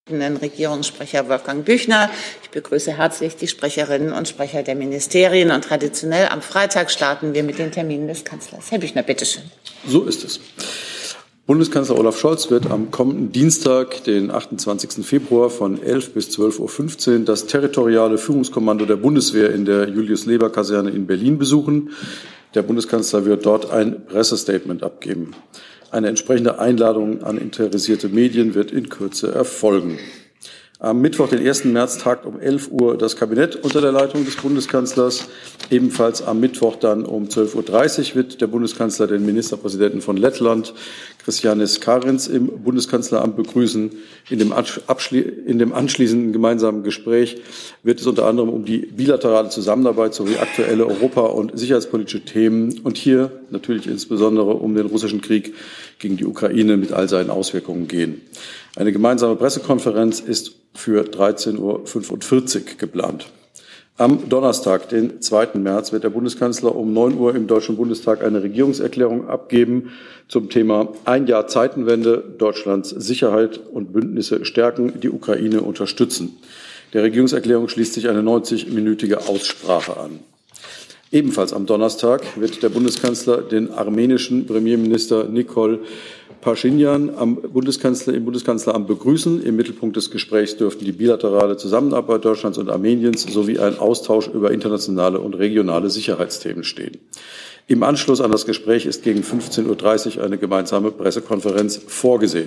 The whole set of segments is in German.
Regierungssprecher Wolfgang Büchner. Ich begrüße herzlich die Sprecherinnen und Sprecher der Ministerien. Und traditionell am Freitag starten wir mit den Terminen des Kanzlers. Herr Büchner, bitteschön. So ist es. Bundeskanzler Olaf Scholz wird am kommenden Dienstag, den 28. Februar von 11 bis 12.15 Uhr das territoriale Führungskommando der Bundeswehr in der Julius-Leber-Kaserne in Berlin besuchen. Der Bundeskanzler wird dort ein Pressestatement abgeben. Eine entsprechende Einladung an interessierte Medien wird in Kürze erfolgen. Am Mittwoch, den 1. März, tagt um 11 Uhr das Kabinett unter der Leitung des Bundeskanzlers. Ebenfalls am Mittwoch dann um 12.30 Uhr wird der Bundeskanzler den Ministerpräsidenten von Lettland, Krišjānis Kariņš, im Bundeskanzleramt begrüßen. In dem anschließenden gemeinsamen Gespräch wird es unter anderem um die bilaterale Zusammenarbeit sowie aktuelle europa- und sicherheitspolitische Themen und hier natürlich insbesondere um den russischen Krieg gegen die Ukraine mit all seinen Auswirkungen gehen. Eine gemeinsame Pressekonferenz ist für 13.45 Uhr geplant. Am Donnerstag, den 2. März, wird der Bundeskanzler um 9 Uhr im Deutschen Bundestag eine Regierungserklärung abgeben zum Thema Ein Jahr Zeitenwende, Deutschlands Sicherheit und Bündnisse stärken, die Ukraine unterstützen. Der Regierungserklärung schließt sich eine 90-minütige Aussprache an. Ebenfalls am Donnerstag wird der Bundeskanzler den armenischen Premierminister Nikol Paschinjan im Bundeskanzleramt begrüßen. Im Mittelpunkt des Gesprächs dürften die bilaterale Zusammenarbeit Deutschlands und Armeniens sowie ein Austausch über internationale und regionale Sicherheitsthemen stehen. Im Anschluss an das Gespräch ist gegen 15.30 Uhr eine gemeinsame Pressekonferenz vorgesehen.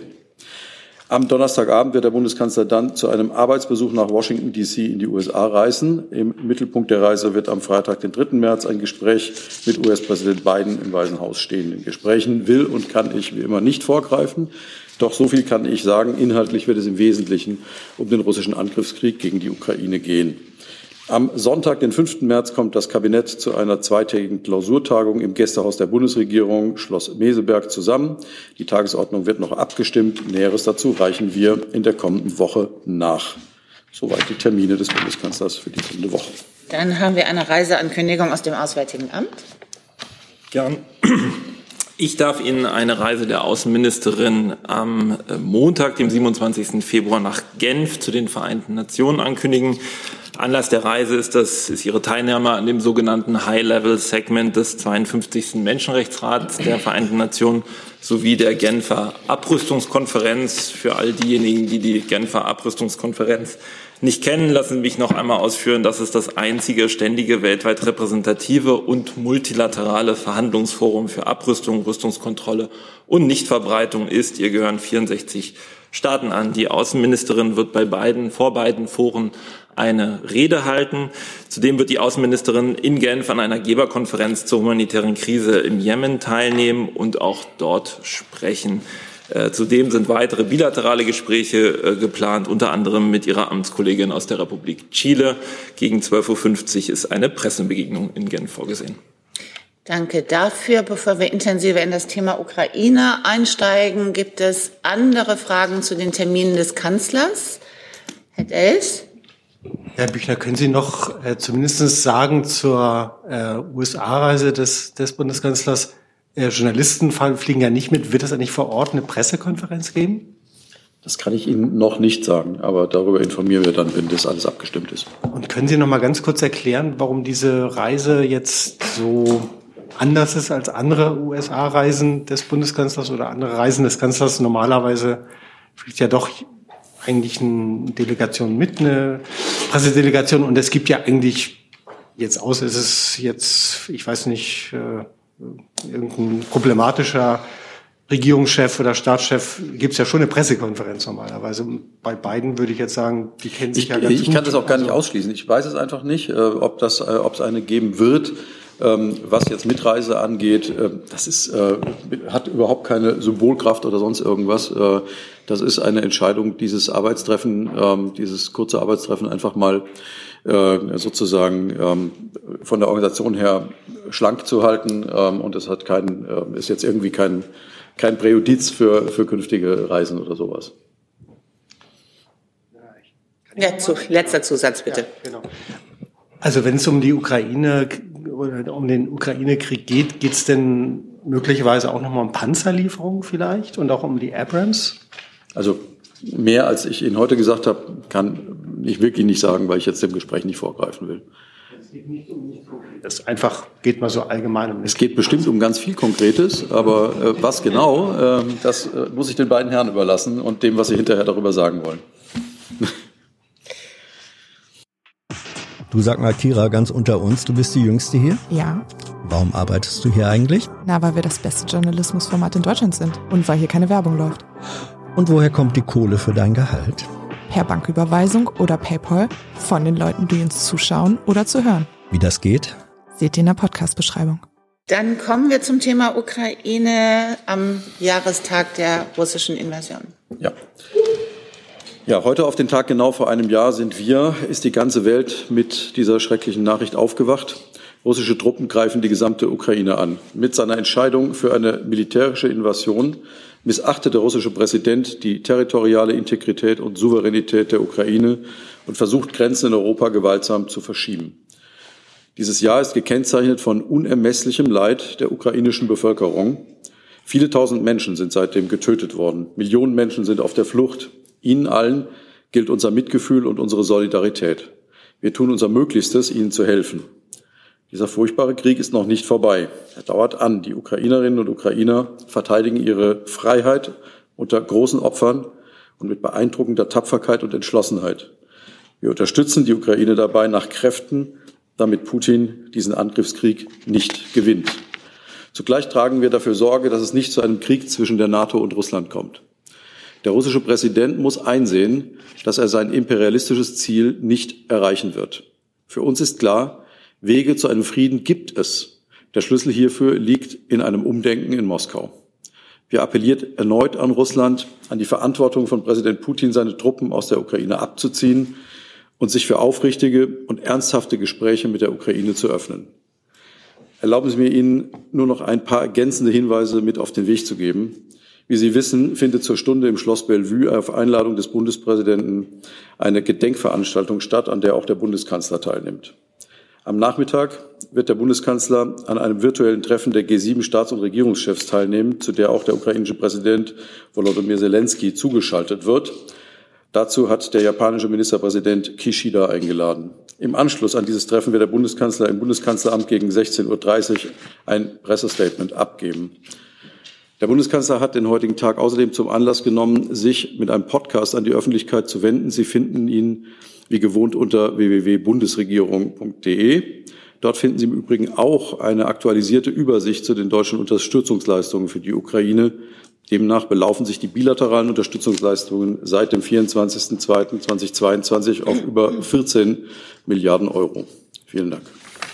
Am Donnerstagabend wird der Bundeskanzler dann zu einem Arbeitsbesuch nach Washington, D.C. in die USA reisen. Im Mittelpunkt der Reise wird am Freitag, den 3. März, ein Gespräch mit US-Präsident Biden im Weißen Haus stehen. In Gesprächen will und kann ich wie immer nicht vorgreifen. Doch so viel kann ich sagen. Inhaltlich wird es im Wesentlichen um den russischen Angriffskrieg gegen die Ukraine gehen. Am Sonntag, den 5. März, kommt das Kabinett zu einer zweitägigen Klausurtagung im Gästehaus der Bundesregierung, Schloss Meseberg, zusammen. Die Tagesordnung wird noch abgestimmt. Näheres dazu reichen wir in der kommenden Woche nach. Soweit die Termine des Bundeskanzlers für die kommende Woche. Dann haben wir eine Reiseankündigung aus dem Auswärtigen Amt. Gern. Ich darf Ihnen eine Reise der Außenministerin am Montag, dem 27. Februar, nach Genf zu den Vereinten Nationen ankündigen. Anlass der Reise ist ihre Teilnahme an dem sogenannten High-Level-Segment des 52. Menschenrechtsrats der Vereinten Nationen sowie der Genfer Abrüstungskonferenz. Für all diejenigen, die die Genfer Abrüstungskonferenz nicht kennen, lassen Sie mich noch einmal ausführen, dass es das einzige ständige, weltweit repräsentative und multilaterale Verhandlungsforum für Abrüstung, Rüstungskontrolle und Nichtverbreitung ist. Ihr gehören 64 Staaten an. Die Außenministerin wird vor beiden Foren eine Rede halten. Zudem wird die Außenministerin in Genf an einer Geberkonferenz zur humanitären Krise im Jemen teilnehmen und auch dort sprechen. Zudem sind weitere bilaterale Gespräche geplant, unter anderem mit ihrer Amtskollegin aus der Republik Chile. Gegen 12.50 Uhr ist eine Pressebegegnung in Genf vorgesehen. Danke dafür. Bevor wir intensiver in das Thema Ukraine einsteigen, gibt es andere Fragen zu den Terminen des Kanzlers? Herr Dels? Herr Büchner, können Sie noch zumindest sagen zur USA-Reise des Bundeskanzlers? Journalisten fliegen ja nicht mit. Wird es eigentlich vor Ort eine Pressekonferenz geben? Das kann ich Ihnen noch nicht sagen, aber darüber informieren wir dann, wenn das alles abgestimmt ist. Und können Sie noch mal ganz kurz erklären, warum diese Reise jetzt so anders ist als andere USA-Reisen des Bundeskanzlers oder andere Reisen des Kanzlers? Normalerweise fliegt ja doch eigentlich eine Delegation mit, eine Pressedelegation. Und es gibt ja eigentlich jetzt ist es jetzt, ich weiß nicht, irgendein problematischer Regierungschef oder Staatschef, gibt es ja schon eine Pressekonferenz normalerweise. Bei beiden würde ich jetzt sagen, die kennen sich ja ganz gut. Ich kann das auch gar nicht ausschließen. Ich weiß es einfach nicht, ob es eine geben wird. Was jetzt Mitreise angeht, das hat überhaupt keine Symbolkraft oder sonst irgendwas. Das ist eine Entscheidung, dieses kurze Arbeitstreffen einfach mal sozusagen von der Organisation her schlank zu halten. Und es hat ist jetzt irgendwie kein Präjudiz für künftige Reisen oder sowas. Ja, letzter Zusatz bitte. Ja, genau. Also wenn es um die Ukraine oder um den Ukraine-Krieg geht es denn möglicherweise auch nochmal um Panzerlieferungen vielleicht und auch um die Abrams? Also Mehr als ich Ihnen heute gesagt habe, kann ich wirklich nicht sagen, weil ich jetzt dem Gespräch nicht vorgreifen will. Das einfach geht mal so allgemein um. Es geht bestimmt um ganz viel Konkretes, aber was genau, das muss ich den beiden Herren überlassen und dem, was sie hinterher darüber sagen wollen. Du, sag mal, Kira, ganz unter uns, du bist die Jüngste hier? Ja. Warum arbeitest du hier eigentlich? Na, weil wir das beste Journalismusformat in Deutschland sind und weil hier keine Werbung läuft. Und woher kommt die Kohle für dein Gehalt? Per Banküberweisung oder PayPal von den Leuten, die uns zuschauen oder zu hören. Wie das geht? Seht ihr in der Podcast-Beschreibung. Dann kommen wir zum Thema Ukraine am Jahrestag der russischen Invasion. Ja, heute auf den Tag genau vor einem Jahr ist die ganze Welt mit dieser schrecklichen Nachricht aufgewacht. Russische Truppen greifen die gesamte Ukraine an. Mit seiner Entscheidung für eine militärische Invasion missachtet der russische Präsident die territoriale Integrität und Souveränität der Ukraine und versucht, Grenzen in Europa gewaltsam zu verschieben. Dieses Jahr ist gekennzeichnet von unermesslichem Leid der ukrainischen Bevölkerung. Viele tausend Menschen sind seitdem getötet worden. Millionen Menschen sind auf der Flucht. Ihnen allen gilt unser Mitgefühl und unsere Solidarität. Wir tun unser Möglichstes, Ihnen zu helfen. Dieser furchtbare Krieg ist noch nicht vorbei. Er dauert an. Die Ukrainerinnen und Ukrainer verteidigen ihre Freiheit unter großen Opfern und mit beeindruckender Tapferkeit und Entschlossenheit. Wir unterstützen die Ukraine dabei nach Kräften, damit Putin diesen Angriffskrieg nicht gewinnt. Zugleich tragen wir dafür Sorge, dass es nicht zu einem Krieg zwischen der NATO und Russland kommt. Der russische Präsident muss einsehen, dass er sein imperialistisches Ziel nicht erreichen wird. Für uns ist klar, Wege zu einem Frieden gibt es. Der Schlüssel hierfür liegt in einem Umdenken in Moskau. Wir appellieren erneut an Russland, an die Verantwortung von Präsident Putin, seine Truppen aus der Ukraine abzuziehen und sich für aufrichtige und ernsthafte Gespräche mit der Ukraine zu öffnen. Erlauben Sie mir, Ihnen nur noch ein paar ergänzende Hinweise mit auf den Weg zu geben. Wie Sie wissen, findet zur Stunde im Schloss Bellevue auf Einladung des Bundespräsidenten eine Gedenkveranstaltung statt, an der auch der Bundeskanzler teilnimmt. Am Nachmittag wird der Bundeskanzler an einem virtuellen Treffen der G7-Staats- und Regierungschefs teilnehmen, zu der auch der ukrainische Präsident Volodymyr Zelensky zugeschaltet wird. Dazu hat der japanische Ministerpräsident Kishida eingeladen. Im Anschluss an dieses Treffen wird der Bundeskanzler im Bundeskanzleramt gegen 16:30 Uhr ein Pressestatement abgeben. Der Bundeskanzler hat den heutigen Tag außerdem zum Anlass genommen, sich mit einem Podcast an die Öffentlichkeit zu wenden. Sie finden ihn wie gewohnt unter www.bundesregierung.de. Dort finden Sie im Übrigen auch eine aktualisierte Übersicht zu den deutschen Unterstützungsleistungen für die Ukraine. Demnach belaufen sich die bilateralen Unterstützungsleistungen seit dem 24.02.2022 auf über 14 Milliarden Euro. Vielen Dank.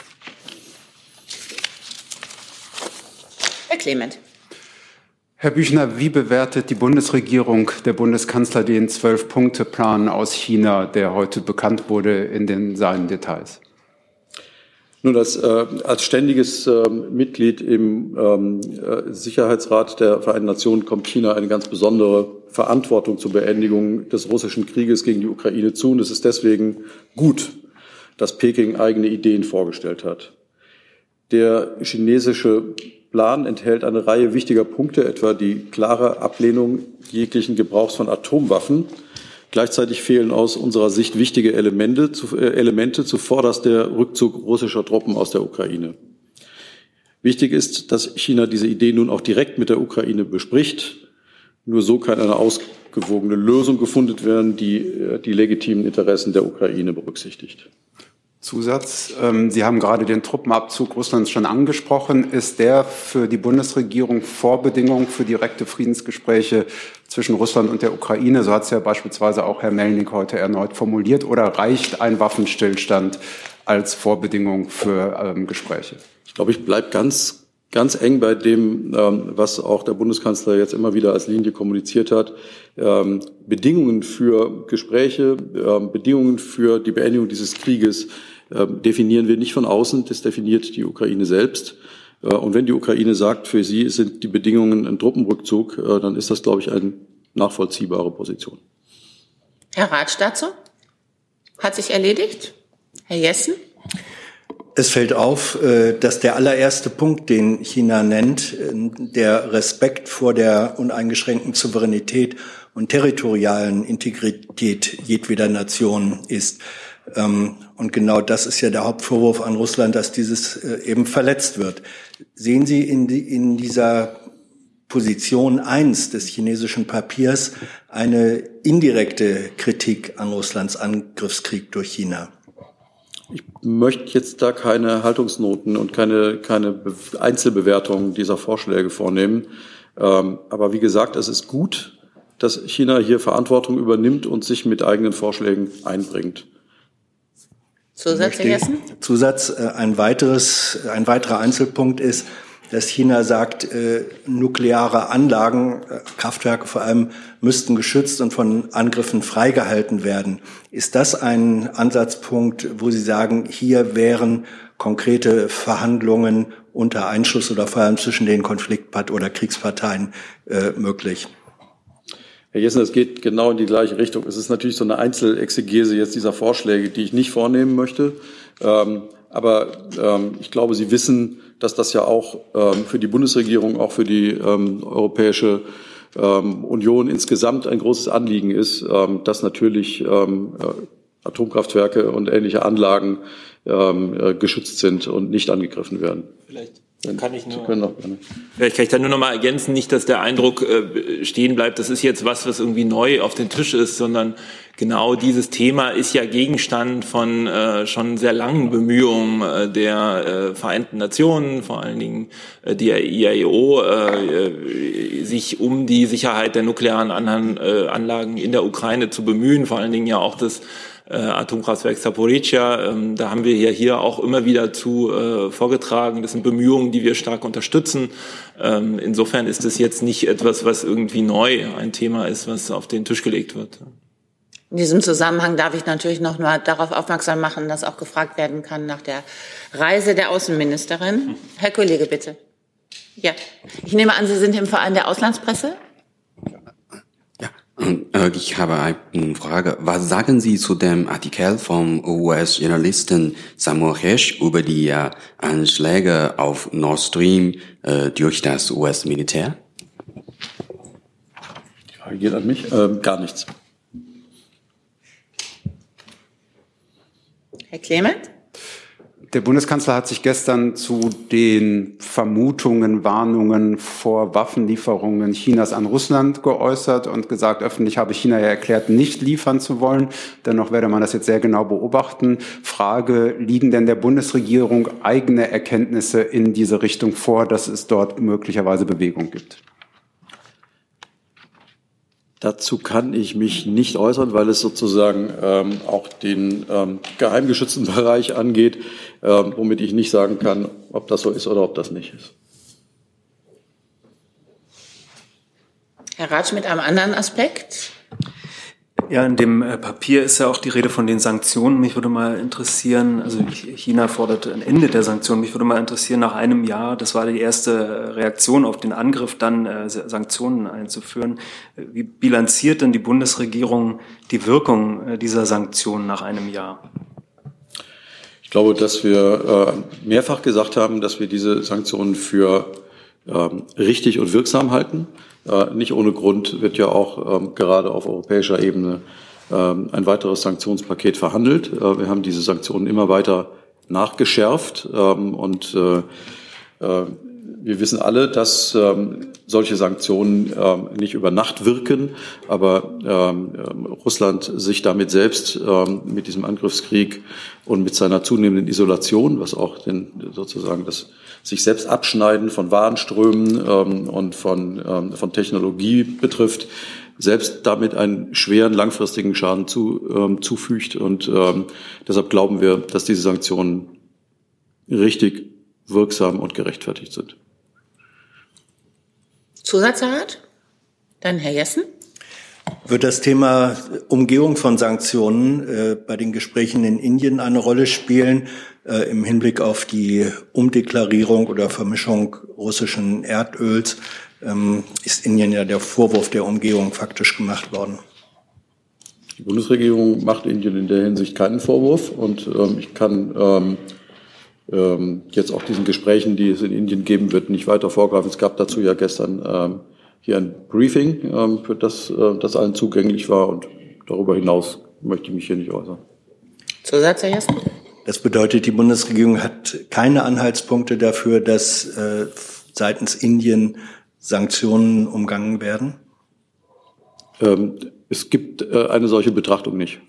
Herr Clement. Herr Büchner, wie bewertet die Bundesregierung, der Bundeskanzler, den 12-Punkte-Plan aus China, der heute bekannt wurde, in seinen Details? Nun, als ständiges Mitglied im Sicherheitsrat der Vereinten Nationen kommt China eine ganz besondere Verantwortung zur Beendigung des russischen Krieges gegen die Ukraine zu. Und es ist deswegen gut, dass Peking eigene Ideen vorgestellt hat. Der chinesische Plan enthält eine Reihe wichtiger Punkte, etwa die klare Ablehnung jeglichen Gebrauchs von Atomwaffen. Gleichzeitig fehlen aus unserer Sicht wichtige Elemente, zuvorderst der Rückzug russischer Truppen aus der Ukraine. Wichtig ist, dass China diese Idee nun auch direkt mit der Ukraine bespricht. Nur so kann eine ausgewogene Lösung gefunden werden, die die legitimen Interessen der Ukraine berücksichtigt. Zusatz. Sie haben gerade den Truppenabzug Russlands schon angesprochen. Ist der für die Bundesregierung Vorbedingung für direkte Friedensgespräche zwischen Russland und der Ukraine? So hat es ja beispielsweise auch Herr Melnik heute erneut formuliert. Oder reicht ein Waffenstillstand als Vorbedingung für Gespräche? Ich glaube, ich bleibe ganz eng bei dem, was auch der Bundeskanzler jetzt immer wieder als Linie kommuniziert hat. Bedingungen für Gespräche, Bedingungen für die Beendigung dieses Krieges definieren wir nicht von außen, das definiert die Ukraine selbst. Und wenn die Ukraine sagt, für sie sind die Bedingungen ein Truppenrückzug, dann ist das, glaube ich, eine nachvollziehbare Position. Herr Ratsch dazu? Hat sich erledigt? Herr Jessen? Es fällt auf, dass der allererste Punkt, den China nennt, der Respekt vor der uneingeschränkten Souveränität und territorialen Integrität jedweder Nation ist. Und genau das ist ja der Hauptvorwurf an Russland, dass dieses eben verletzt wird. Sehen Sie in dieser Position 1 des chinesischen Papiers eine indirekte Kritik an Russlands Angriffskrieg durch China? Ich möchte jetzt da keine Haltungsnoten und keine Einzelbewertung dieser Vorschläge vornehmen. Aber wie gesagt, es ist gut, dass China hier Verantwortung übernimmt und sich mit eigenen Vorschlägen einbringt. Zusatz, Herr Jessen? Zusatz, ein weiterer Einzelpunkt ist, dass China sagt, nukleare Anlagen, Kraftwerke vor allem, müssten geschützt und von Angriffen freigehalten werden. Ist das ein Ansatzpunkt, wo Sie sagen, hier wären konkrete Verhandlungen unter Einschluss oder vor allem zwischen den Konfliktparteien oder Kriegsparteien möglich? Herr Jessen, das geht genau in die gleiche Richtung. Es ist natürlich so eine Einzelexegese jetzt dieser Vorschläge, die ich nicht vornehmen möchte. Aber ich glaube, Sie wissen, dass das ja auch für die Bundesregierung, auch für die Europäische Union insgesamt ein großes Anliegen ist, dass natürlich Atomkraftwerke und ähnliche Anlagen geschützt sind und nicht angegriffen werden. Vielleicht kann ich da nur noch mal ergänzen, nicht, dass der Eindruck stehen bleibt, das ist jetzt was irgendwie neu auf den Tisch ist, sondern genau dieses Thema ist ja Gegenstand von schon sehr langen Bemühungen der Vereinten Nationen, vor allen Dingen der IAEO, sich um die Sicherheit der nuklearen Anlagen in der Ukraine zu bemühen, vor allen Dingen ja auch das Atomkraftwerk Zaporizhzhia, da haben wir ja hier auch immer wieder zu vorgetragen. Das sind Bemühungen, die wir stark unterstützen. Insofern ist es jetzt nicht etwas, was irgendwie neu ein Thema ist, was auf den Tisch gelegt wird. In diesem Zusammenhang darf ich natürlich noch mal darauf aufmerksam machen, dass auch gefragt werden kann nach der Reise der Außenministerin. Herr Kollege, bitte. Ja, ich nehme an, Sie sind im Verein der Auslandspresse? Ich habe eine Frage. Was sagen Sie zu dem Artikel vom US-Journalisten Samuel Hersh über die Anschläge auf Nord Stream durch das US-Militär? Die Frage geht an mich. Gar nichts. Herr Clement? Der Bundeskanzler hat sich gestern zu den Vermutungen, Warnungen vor Waffenlieferungen Chinas an Russland geäußert und gesagt, öffentlich habe China ja erklärt, nicht liefern zu wollen. Dennoch werde man das jetzt sehr genau beobachten. Frage, liegen denn der Bundesregierung eigene Erkenntnisse in diese Richtung vor, dass es dort möglicherweise Bewegung gibt? Dazu kann ich mich nicht äußern, weil es sozusagen auch den geheimgeschützten Bereich angeht, womit ich nicht sagen kann, ob das so ist oder ob das nicht ist. Herr Ratsch mit einem anderen Aspekt. Ja, in dem Papier ist ja auch die Rede von den Sanktionen. Mich würde mal interessieren, also China fordert ein Ende der Sanktionen. Mich würde mal interessieren, nach einem Jahr, das war die erste Reaktion auf den Angriff, dann Sanktionen einzuführen. Wie bilanziert denn die Bundesregierung die Wirkung dieser Sanktionen nach einem Jahr? Ich glaube, dass wir mehrfach gesagt haben, dass wir diese Sanktionen für richtig und wirksam halten. Nicht ohne Grund wird ja auch gerade auf europäischer Ebene ein weiteres Sanktionspaket verhandelt. Wir haben diese Sanktionen immer weiter nachgeschärft und wir wissen alle, dass solche Sanktionen nicht über Nacht wirken, aber Russland sich damit selbst mit diesem Angriffskrieg und mit seiner zunehmenden Isolation, was auch sozusagen das sich selbst abschneiden von Warenströmen und von Technologie betrifft, selbst damit einen schweren langfristigen Schaden zufügt. Und deshalb glauben wir, dass diese Sanktionen richtig, wirksam und gerechtfertigt sind. Zusatzrat? Dann Herr Jessen. Wird das Thema Umgehung von Sanktionen bei den Gesprächen in Indien eine Rolle spielen, im Hinblick auf die Umdeklarierung oder Vermischung russischen Erdöls? Ist Indien ja der Vorwurf der Umgehung faktisch gemacht worden. Die Bundesregierung macht Indien in der Hinsicht keinen Vorwurf und ich kann jetzt auch diesen Gesprächen, die es in Indien geben wird, nicht weiter vorgreifen. Es gab dazu ja gestern hier ein Briefing, für das allen zugänglich war. Und darüber hinaus möchte ich mich hier nicht äußern. Zusatz, Herr Jessen? Das bedeutet, die Bundesregierung hat keine Anhaltspunkte dafür, dass seitens Indien Sanktionen umgangen werden? Es gibt eine solche Betrachtung nicht.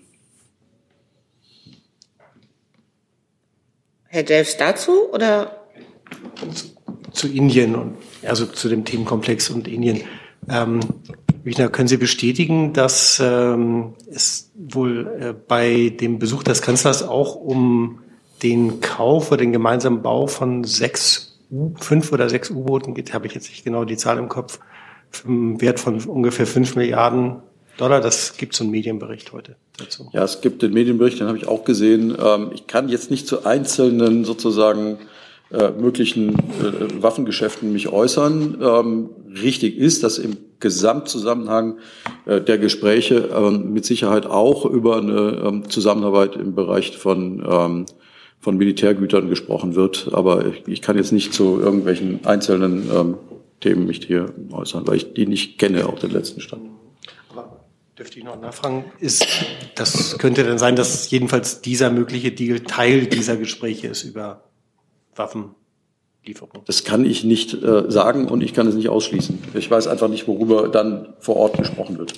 Herr Delfs dazu oder? Zu Indien und also zu dem Themenkomplex und Indien. Wichner, können Sie bestätigen, dass es wohl bei dem Besuch des Kanzlers auch um den Kauf oder den gemeinsamen Bau von 5 oder 6 U-Booten geht? Habe ich jetzt nicht genau die Zahl im Kopf. Im Wert von ungefähr 5 Milliarden $. Das gibt so einen Medienbericht heute dazu. Ja, es gibt den Medienbericht, den habe ich auch gesehen. Ich kann jetzt nicht zu einzelnen sozusagen möglichen Waffengeschäften mich äußern. Richtig ist, dass im Gesamtzusammenhang der Gespräche mit Sicherheit auch über eine Zusammenarbeit im Bereich von Militärgütern gesprochen wird. Aber ich kann jetzt nicht zu irgendwelchen einzelnen Themen mich hier äußern, weil ich die nicht kenne, auch den letzten Stand. Aber dürfte ich noch nachfragen, das könnte dann sein, dass jedenfalls dieser mögliche Deal Teil dieser Gespräche ist über Waffenlieferung? Das kann ich nicht sagen und ich kann es nicht ausschließen. Ich weiß einfach nicht, worüber dann vor Ort gesprochen wird.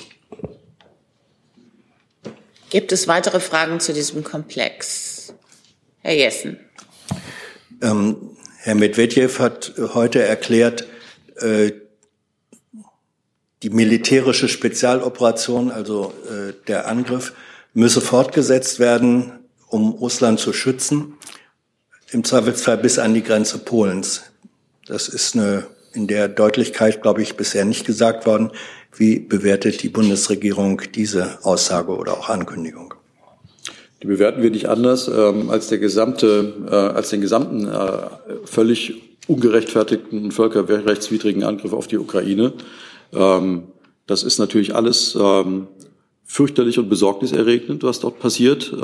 Gibt es weitere Fragen zu diesem Komplex? Herr Jessen. Herr Medvedev hat heute erklärt, die militärische Spezialoperation, also der Angriff, müsse fortgesetzt werden, um Russland zu schützen, im Zweifelsfall bis an die Grenze Polens. Das ist in der Deutlichkeit, glaube ich, bisher nicht gesagt worden. Wie bewertet die Bundesregierung diese Aussage oder auch Ankündigung? Die bewerten wir nicht anders als den gesamten völlig ungerechtfertigten und völkerrechtswidrigen Angriff auf die Ukraine. Das ist natürlich alles fürchterlich und besorgniserregend, was dort passiert.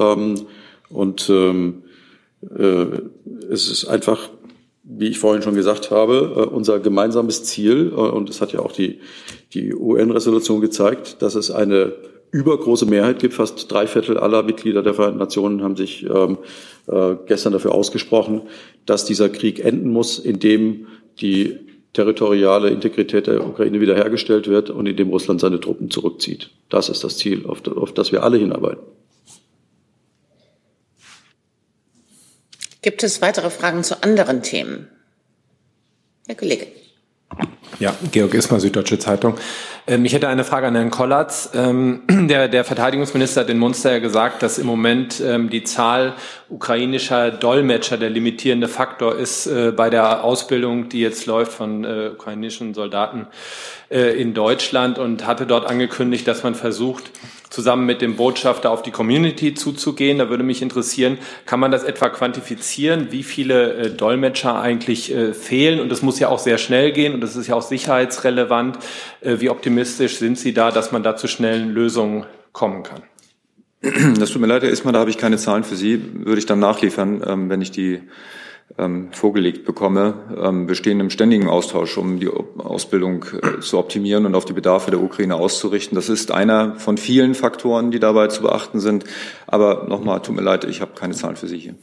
Es ist einfach, wie ich vorhin schon gesagt habe, unser gemeinsames Ziel, und es hat ja auch die UN-Resolution gezeigt, dass es eine übergroße Mehrheit gibt. Fast 3/4 aller Mitglieder der Vereinten Nationen haben sich gestern dafür ausgesprochen, dass dieser Krieg enden muss, indem die territoriale Integrität der Ukraine wiederhergestellt wird und indem Russland seine Truppen zurückzieht. Das ist das Ziel, auf das wir alle hinarbeiten. Gibt es weitere Fragen zu anderen Themen? Herr Kollege. Ja, Georg Ismar, Süddeutsche Zeitung. Ich hätte eine Frage an Herrn Kollatz. Der Verteidigungsminister hat in Munster ja gesagt, dass im Moment die Zahl ukrainischer Dolmetscher der limitierende Faktor ist bei der Ausbildung, die jetzt läuft von ukrainischen Soldaten in Deutschland, und hatte dort angekündigt, dass man versucht, zusammen mit dem Botschafter auf die Community zuzugehen. Da würde mich interessieren, kann man das etwa quantifizieren, wie viele Dolmetscher eigentlich fehlen? Und das muss ja auch sehr schnell gehen und das ist ja auch sicherheitsrelevant. Wie optimistisch sind Sie da, dass man da zu schnellen Lösungen kommen kann? Das tut mir leid, Herr Ismar, da habe ich keine Zahlen für Sie. Würde ich dann nachliefern, wenn ich die vorgelegt bekomme. Wir stehen im ständigen Austausch, um die Ausbildung zu optimieren und auf die Bedarfe der Ukraine auszurichten. Das ist einer von vielen Faktoren, die dabei zu beachten sind. Aber nochmal, tut mir leid, ich habe keine Zahlen für Sie hier.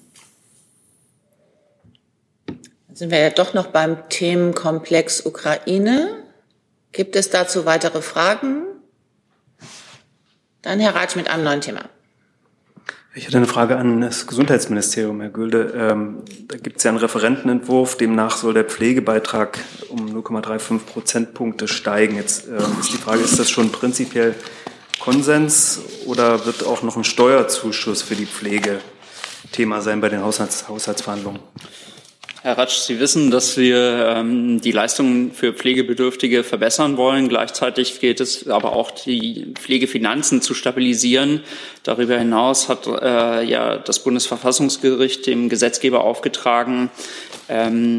Dann sind wir ja doch noch beim Themenkomplex Ukraine. Gibt es dazu weitere Fragen? Dann Herr Ratsch mit einem neuen Thema. Ich hätte eine Frage an das Gesundheitsministerium, Herr Gülde. Da gibt es ja einen Referentenentwurf, demnach soll der Pflegebeitrag um 0,35 Prozentpunkte steigen. Jetzt ist die Frage, ist das schon prinzipiell Konsens oder wird auch noch ein Steuerzuschuss für die Pflege Thema sein bei den Haushaltsverhandlungen? Herr Ratsch, Sie wissen, dass wir die Leistungen für Pflegebedürftige verbessern wollen. Gleichzeitig geht es aber auch, die Pflegefinanzen zu stabilisieren. Darüber hinaus hat ja das Bundesverfassungsgericht dem Gesetzgeber aufgetragen,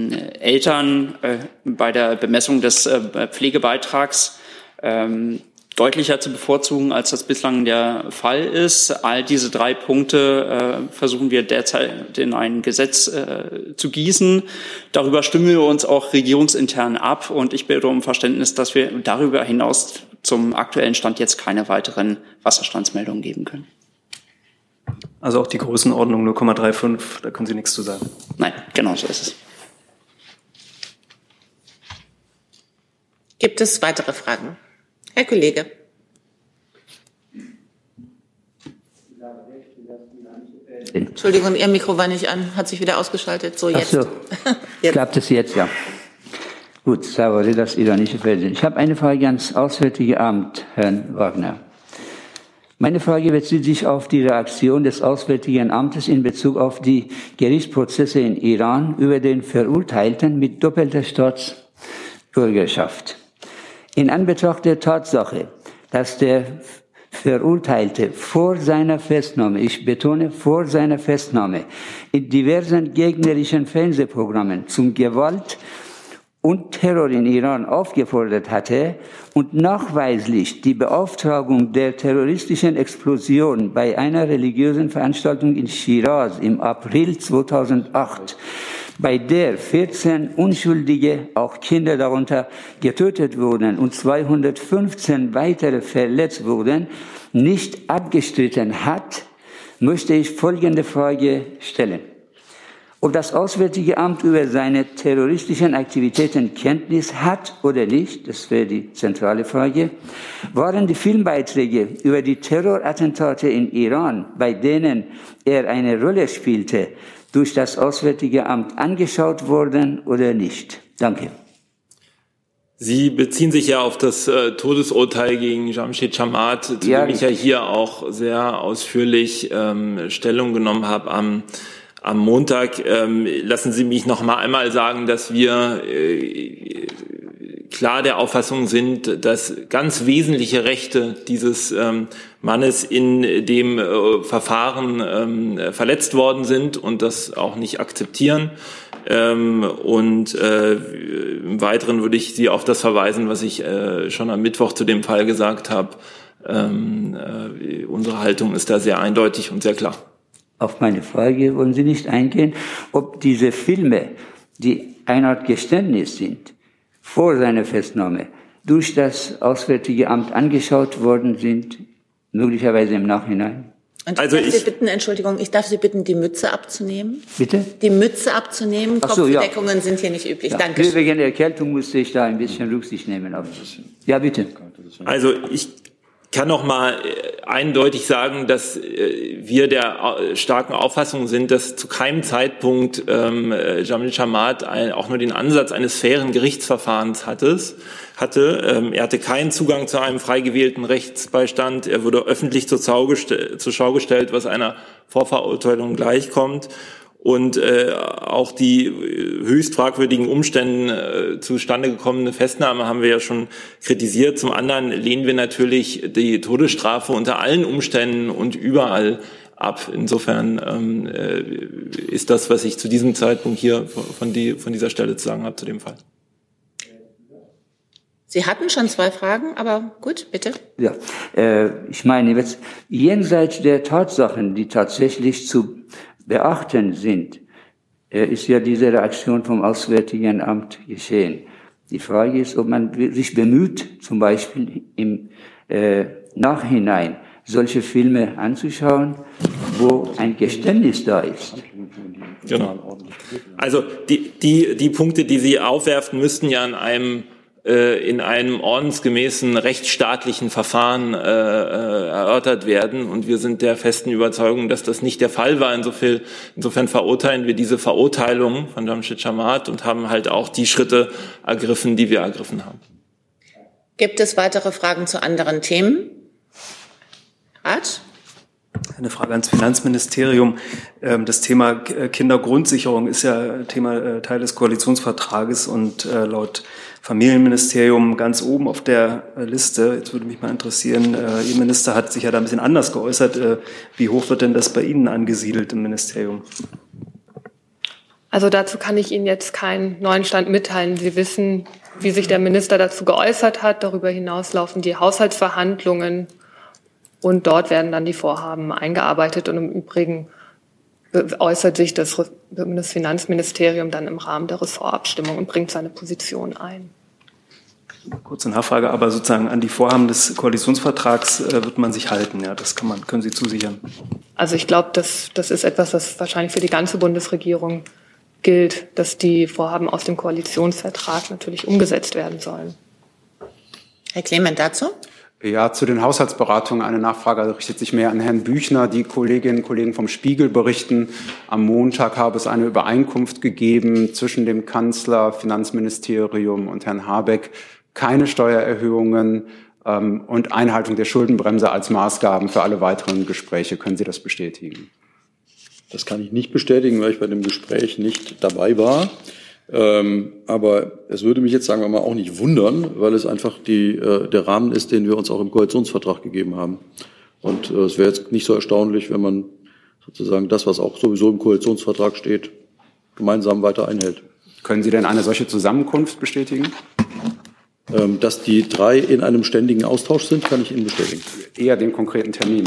Eltern bei der Bemessung des Pflegebeitrags deutlicher zu bevorzugen, als das bislang der Fall ist. All diese 3 Punkte versuchen wir derzeit in ein Gesetz zu gießen. Darüber stimmen wir uns auch regierungsintern ab und ich bitte um Verständnis, dass wir darüber hinaus zum aktuellen Stand jetzt keine weiteren Wasserstandsmeldungen geben können. Also auch die Größenordnung 0,35, da können Sie nichts zu sagen. Nein, genau so ist es. Gibt es weitere Fragen? Herr Kollege. Entschuldigung, Ihr Mikro war nicht an, hat sich wieder ausgeschaltet. So, jetzt. Ach so, jetzt. Klappt es jetzt, ja. Gut, Savare, das iranische Fernsehen. Ich habe eine Frage ans Auswärtige Amt, Herrn Wagner. Meine Frage bezieht sich auf die Reaktion des Auswärtigen Amtes in Bezug auf die Gerichtsprozesse in Iran über den Verurteilten mit doppelter Staatsbürgerschaft. In Anbetracht der Tatsache, dass der Verurteilte vor seiner Festnahme, ich betone vor seiner Festnahme, in diversen gegnerischen Fernsehprogrammen zum Gewalt und Terror in Iran aufgefordert hatte und nachweislich die Beauftragung der terroristischen Explosion bei einer religiösen Veranstaltung in Schiraz im April 2008, bei der 14 Unschuldige, auch Kinder darunter, getötet wurden und 215 weitere verletzt wurden, nicht abgestritten hat, möchte ich folgende Frage stellen. Ob das Auswärtige Amt über seine terroristischen Aktivitäten Kenntnis hat oder nicht, das wäre die zentrale Frage. Waren die Filmbeiträge über die Terrorattentate in Iran, bei denen er eine Rolle spielte, durch das Auswärtige Amt angeschaut worden oder nicht? Danke. Sie beziehen sich ja auf das Todesurteil gegen Jamshid Chamat, zu dem ich ja hier auch sehr ausführlich Stellung genommen habe am Montag. Lassen Sie mich noch mal einmal sagen, dass wir klar der Auffassung sind, dass ganz wesentliche Rechte dieses Mannes in dem Verfahren verletzt worden sind und das auch nicht akzeptieren. Und im Weiteren würde ich Sie auf das verweisen, was ich schon am Mittwoch zu dem Fall gesagt habe. Unsere Haltung ist da sehr eindeutig und sehr klar. Auf meine Frage wollen Sie nicht eingehen, ob diese Filme, die eine Art Geständnis sind, vor seiner Festnahme durch das Auswärtige Amt angeschaut worden sind, möglicherweise im Nachhinein. Und ich darf Sie bitten, die Mütze abzunehmen. Bitte? Die Mütze abzunehmen. Ach so, Kopfbedeckungen sind hier nicht üblich. Ja. Danke. Wegen der Erkältung musste ich da ein bisschen Rücksicht nehmen. Ja, bitte. Also ich kann noch mal eindeutig sagen, dass wir der starken Auffassung sind, dass zu keinem Zeitpunkt Jamshid Chamat auch nur den Ansatz eines fairen Gerichtsverfahrens hatte. Er hatte keinen Zugang zu einem frei gewählten Rechtsbeistand. Er wurde öffentlich zur Schau gestellt, was einer Vorverurteilung gleichkommt. Und auch die höchst fragwürdigen Umständen zustande gekommene Festnahme haben wir ja schon kritisiert. Zum anderen lehnen wir natürlich die Todesstrafe unter allen Umständen und überall ab. Insofern ist das, was ich zu diesem Zeitpunkt hier von dieser Stelle zu sagen habe, zu dem Fall. Sie hatten schon 2 Fragen, aber gut, bitte. Ja, ich meine, jetzt, jenseits der Tatsachen, die tatsächlich zu beachten sind, ist ja diese Reaktion vom Auswärtigen Amt geschehen. Die Frage ist, ob man sich bemüht, zum Beispiel im Nachhinein solche Filme anzuschauen, wo ein Geständnis da ist. Genau. Also die Punkte, die Sie aufwerfen, müssten ja in einem ordnungsgemäßen rechtsstaatlichen Verfahren erörtert werden. Und wir sind der festen Überzeugung, dass das nicht der Fall war. Insofern verurteilen wir diese Verurteilung von Jamshid Chamat und haben halt auch die Schritte ergriffen, die wir ergriffen haben. Gibt es weitere Fragen zu anderen Themen? Rat? Eine Frage ans Finanzministerium. Das Thema Kindergrundsicherung ist ja Teil des Koalitionsvertrages und laut Familienministerium ganz oben auf der Liste. Jetzt würde mich mal interessieren, Ihr Minister hat sich ja da ein bisschen anders geäußert. Wie hoch wird denn das bei Ihnen angesiedelt im Ministerium? Also dazu kann ich Ihnen jetzt keinen neuen Stand mitteilen. Sie wissen, wie sich der Minister dazu geäußert hat. Darüber hinaus laufen die Haushaltsverhandlungen und dort werden dann die Vorhaben eingearbeitet. Und im Übrigen äußert sich das Bundesfinanzministerium dann im Rahmen der Ressortabstimmung und bringt seine Position ein. Kurze Nachfrage, aber sozusagen an die Vorhaben des Koalitionsvertrags wird man sich halten. Ja, das können Sie zusichern. Also ich glaube, das ist etwas, was wahrscheinlich für die ganze Bundesregierung gilt, dass die Vorhaben aus dem Koalitionsvertrag natürlich umgesetzt werden sollen. Herr Clement dazu? Ja, zu den Haushaltsberatungen eine Nachfrage richtet sich mehr an Herrn Büchner. Die Kolleginnen und Kollegen vom Spiegel berichten, am Montag habe es eine Übereinkunft gegeben zwischen dem Kanzler, Finanzministerium und Herrn Habeck, keine Steuererhöhungen und Einhaltung der Schuldenbremse als Maßgaben für alle weiteren Gespräche. Können Sie das bestätigen? Das kann ich nicht bestätigen, weil ich bei dem Gespräch nicht dabei war. Aber es würde mich jetzt, sagen wir mal, auch nicht wundern, weil es einfach der Rahmen ist, den wir uns auch im Koalitionsvertrag gegeben haben. Und es wäre jetzt nicht so erstaunlich, wenn man sozusagen das, was auch sowieso im Koalitionsvertrag steht, gemeinsam weiter einhält. Können Sie denn eine solche Zusammenkunft bestätigen? Dass die drei in einem ständigen Austausch sind, kann ich Ihnen bestätigen. Eher den konkreten Termin.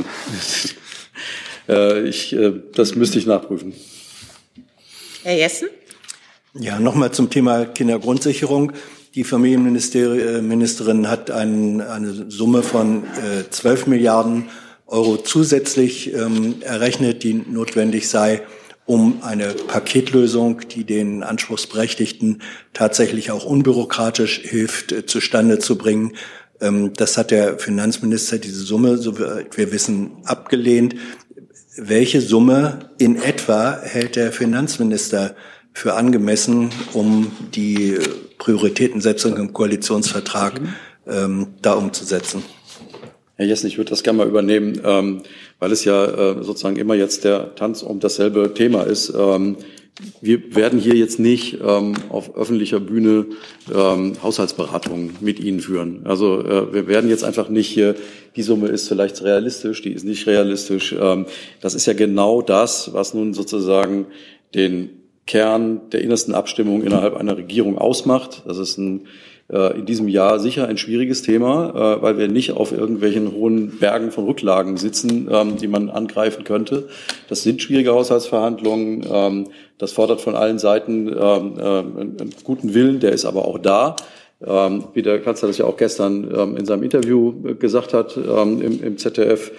Das müsste ich nachprüfen. Herr Jessen? Ja, nochmal zum Thema Kindergrundsicherung. Die Familienministerin hat eine Summe von 12 Milliarden Euro zusätzlich errechnet, die notwendig sei, um eine Paketlösung, die den Anspruchsberechtigten tatsächlich auch unbürokratisch hilft, zustande zu bringen. Das hat der Finanzminister, diese Summe, so wir wissen, abgelehnt. Welche Summe in etwa hält der Finanzminister für angemessen, um die Prioritätensetzung im Koalitionsvertrag da umzusetzen? Herr Jessen, ich würde das gerne mal übernehmen, weil es ja sozusagen immer jetzt der Tanz um dasselbe Thema ist. Wir werden hier jetzt nicht auf öffentlicher Bühne Haushaltsberatungen mit Ihnen führen. Also wir werden jetzt einfach nicht hier, die Summe ist vielleicht realistisch, die ist nicht realistisch. Das ist ja genau das, was nun sozusagen den Kern der innersten Abstimmung innerhalb einer Regierung ausmacht. Das ist in diesem Jahr sicher ein schwieriges Thema, weil wir nicht auf irgendwelchen hohen Bergen von Rücklagen sitzen, die man angreifen könnte. Das sind schwierige Haushaltsverhandlungen. Das fordert von allen Seiten einen guten Willen, der ist aber auch da. Wie der Kanzler das ja auch gestern in seinem Interview gesagt hat im ZDF.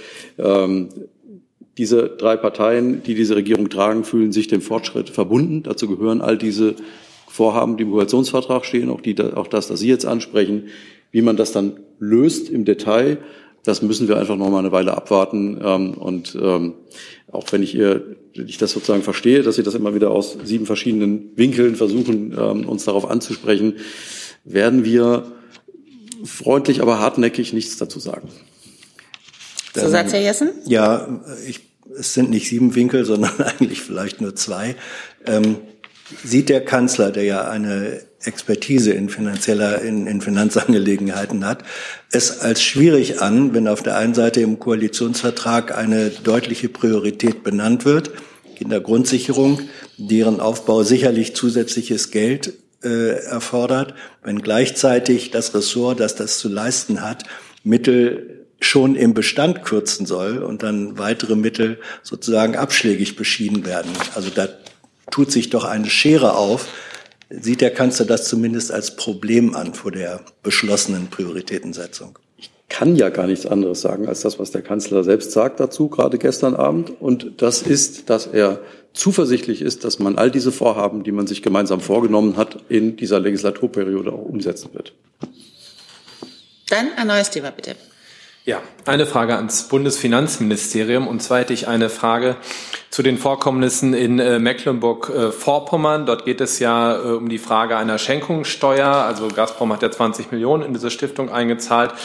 Diese drei Parteien, die diese Regierung tragen, fühlen sich dem Fortschritt verbunden. Dazu gehören all diese Vorhaben, die im Koalitionsvertrag stehen, auch das Sie jetzt ansprechen. Wie man das dann löst im Detail, das müssen wir einfach noch mal eine Weile abwarten. Auch wenn ich das sozusagen verstehe, dass Sie das immer wieder aus 7 verschiedenen Winkeln versuchen, uns darauf anzusprechen, werden wir freundlich, aber hartnäckig nichts dazu sagen. Zusatz, Herr Jessen? Ja, es sind nicht 7 Winkel, sondern eigentlich vielleicht nur 2. Sieht der Kanzler, der ja eine Expertise in Finanzangelegenheiten hat, es als schwierig an, wenn auf der einen Seite im Koalitionsvertrag eine deutliche Priorität benannt wird, Kindergrundsicherung, deren Aufbau sicherlich zusätzliches Geld erfordert, wenn gleichzeitig das Ressort, das das zu leisten hat, Mittel schon im Bestand kürzen soll und dann weitere Mittel sozusagen abschlägig beschieden werden. Also da tut sich doch eine Schere auf. Sieht der Kanzler das zumindest als Problem an vor der beschlossenen Prioritätensetzung? Ich kann ja gar nichts anderes sagen als das, was der Kanzler selbst sagt dazu, gerade gestern Abend. Und das ist, dass er zuversichtlich ist, dass man all diese Vorhaben, die man sich gemeinsam vorgenommen hat, in dieser Legislaturperiode auch umsetzen wird. Dann ein neues Thema, bitte. Ja, eine Frage ans Bundesfinanzministerium. Und zwar hätte ich eine Frage zu den Vorkommnissen in Mecklenburg-Vorpommern. Dort geht es ja um die Frage einer Schenkungssteuer. Also Gazprom hat ja 20 Millionen in diese Stiftung eingezahlt.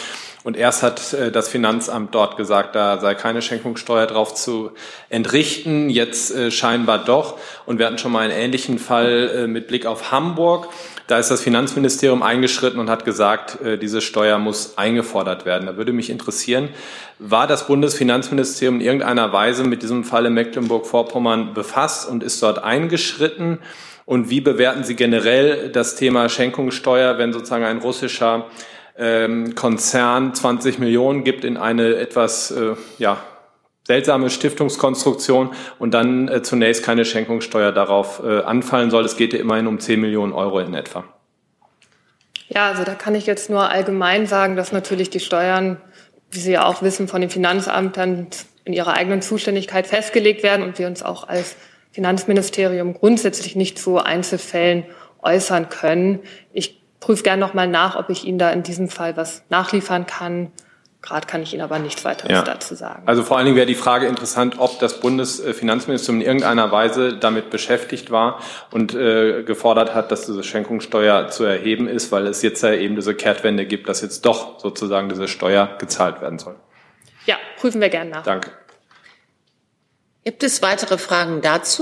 Und erst hat das Finanzamt dort gesagt, da sei keine Schenkungssteuer drauf zu entrichten, jetzt scheinbar doch. Und wir hatten schon mal einen ähnlichen Fall mit Blick auf Hamburg. Da ist das Finanzministerium eingeschritten und hat gesagt, diese Steuer muss eingefordert werden. Da würde mich interessieren, war das Bundesfinanzministerium in irgendeiner Weise mit diesem Fall in Mecklenburg-Vorpommern befasst und ist dort eingeschritten? Und wie bewerten Sie generell das Thema Schenkungssteuer, wenn sozusagen ein russischer Konzern 20 Millionen gibt in eine etwas seltsame Stiftungskonstruktion und dann zunächst keine Schenkungssteuer darauf anfallen soll? Es geht ja immerhin um 10 Millionen Euro in etwa. Ja, also da kann ich jetzt nur allgemein sagen, dass natürlich die Steuern, wie Sie ja auch wissen, von den Finanzämtern in ihrer eigenen Zuständigkeit festgelegt werden und wir uns auch als Finanzministerium grundsätzlich nicht zu Einzelfällen äußern können. Ich prüfe gerne noch mal nach, ob ich Ihnen da in diesem Fall was nachliefern kann. Gerade kann ich Ihnen aber nichts weiteres dazu sagen. Also vor allen Dingen wäre die Frage interessant, ob das Bundesfinanzministerium in irgendeiner Weise damit beschäftigt war und gefordert hat, dass diese Schenkungssteuer zu erheben ist, weil es jetzt ja eben diese Kehrtwende gibt, dass jetzt doch sozusagen diese Steuer gezahlt werden soll. Ja, prüfen wir gerne nach. Danke. Gibt es weitere Fragen dazu?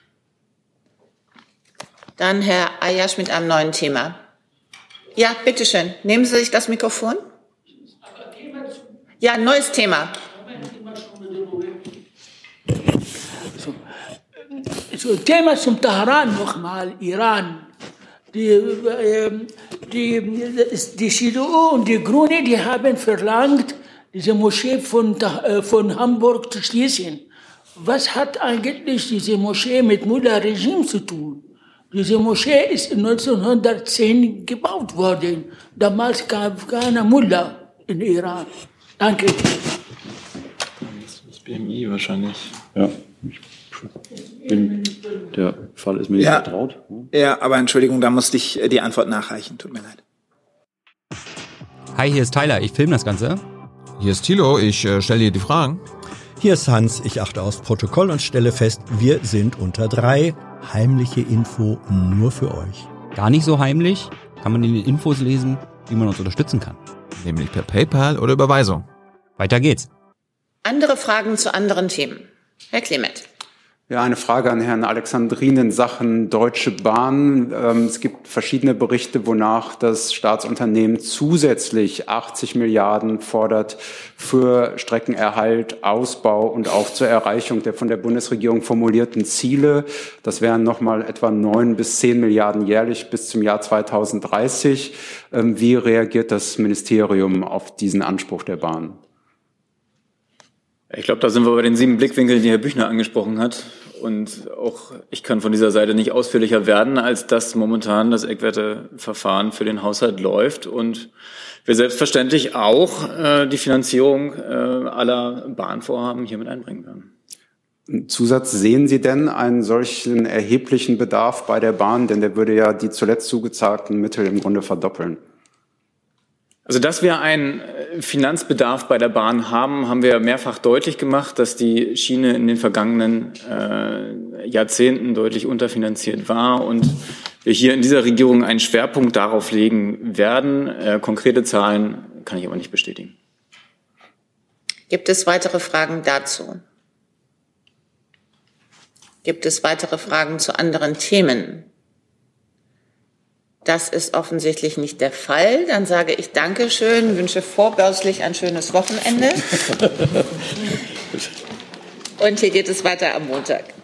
Dann Herr Ayash mit einem neuen Thema. Ja, bitteschön. Nehmen Sie sich das Mikrofon. Ja, neues Thema. So, Thema zum Teheran nochmal, Iran. Die CDU und die Grünen, die haben verlangt, diese Moschee von Hamburg zu schließen. Was hat eigentlich diese Moschee mit Mullah-Regime zu tun? Diese Moschee ist 1910 gebaut worden. Damals gab es keine Mullah in Iran. Danke. Das BMI wahrscheinlich. Ja. Der Fall ist mir nicht vertraut. Ja, aber Entschuldigung, da musste ich die Antwort nachreichen. Tut mir leid. Hi, hier ist Tyler. Ich filme das Ganze. Hier ist Thilo. Ich stelle dir die Fragen. Hier ist Hans. Ich achte aufs Protokoll und stelle fest, wir sind unter 3. Heimliche Info nur für euch. Gar nicht so heimlich. Kann man in den Infos lesen, wie man uns unterstützen kann. Nämlich per PayPal oder Überweisung. Weiter geht's. Andere Fragen zu anderen Themen. Herr Clement. Ja, eine Frage an Herrn Alexandrin in Sachen Deutsche Bahn. Es gibt verschiedene Berichte, wonach das Staatsunternehmen zusätzlich 80 Milliarden fordert für Streckenerhalt, Ausbau und auch zur Erreichung der von der Bundesregierung formulierten Ziele. Das wären nochmal etwa 9 bis 10 Milliarden jährlich bis zum Jahr 2030. Wie reagiert das Ministerium auf diesen Anspruch der Bahn? Ich glaube, da sind wir bei den 7 Blickwinkeln, die Herr Büchner angesprochen hat. Und auch ich kann von dieser Seite nicht ausführlicher werden, als dass momentan das Eckwerteverfahren für den Haushalt läuft und wir selbstverständlich auch die Finanzierung aller Bahnvorhaben hier mit einbringen werden. Zusatz, sehen Sie denn einen solchen erheblichen Bedarf bei der Bahn? Denn der würde ja die zuletzt zugezahlten Mittel im Grunde verdoppeln. Also, dass wir einen Finanzbedarf bei der Bahn haben, haben wir mehrfach deutlich gemacht, dass die Schiene in den vergangenen Jahrzehnten deutlich unterfinanziert war und wir hier in dieser Regierung einen Schwerpunkt darauf legen werden. Konkrete Zahlen kann ich aber nicht bestätigen. Gibt es weitere Fragen dazu? Gibt es weitere Fragen zu anderen Themen? Das ist offensichtlich nicht der Fall. Dann sage ich Dankeschön, wünsche vorbörslich ein schönes Wochenende. Und hier geht es weiter am Montag.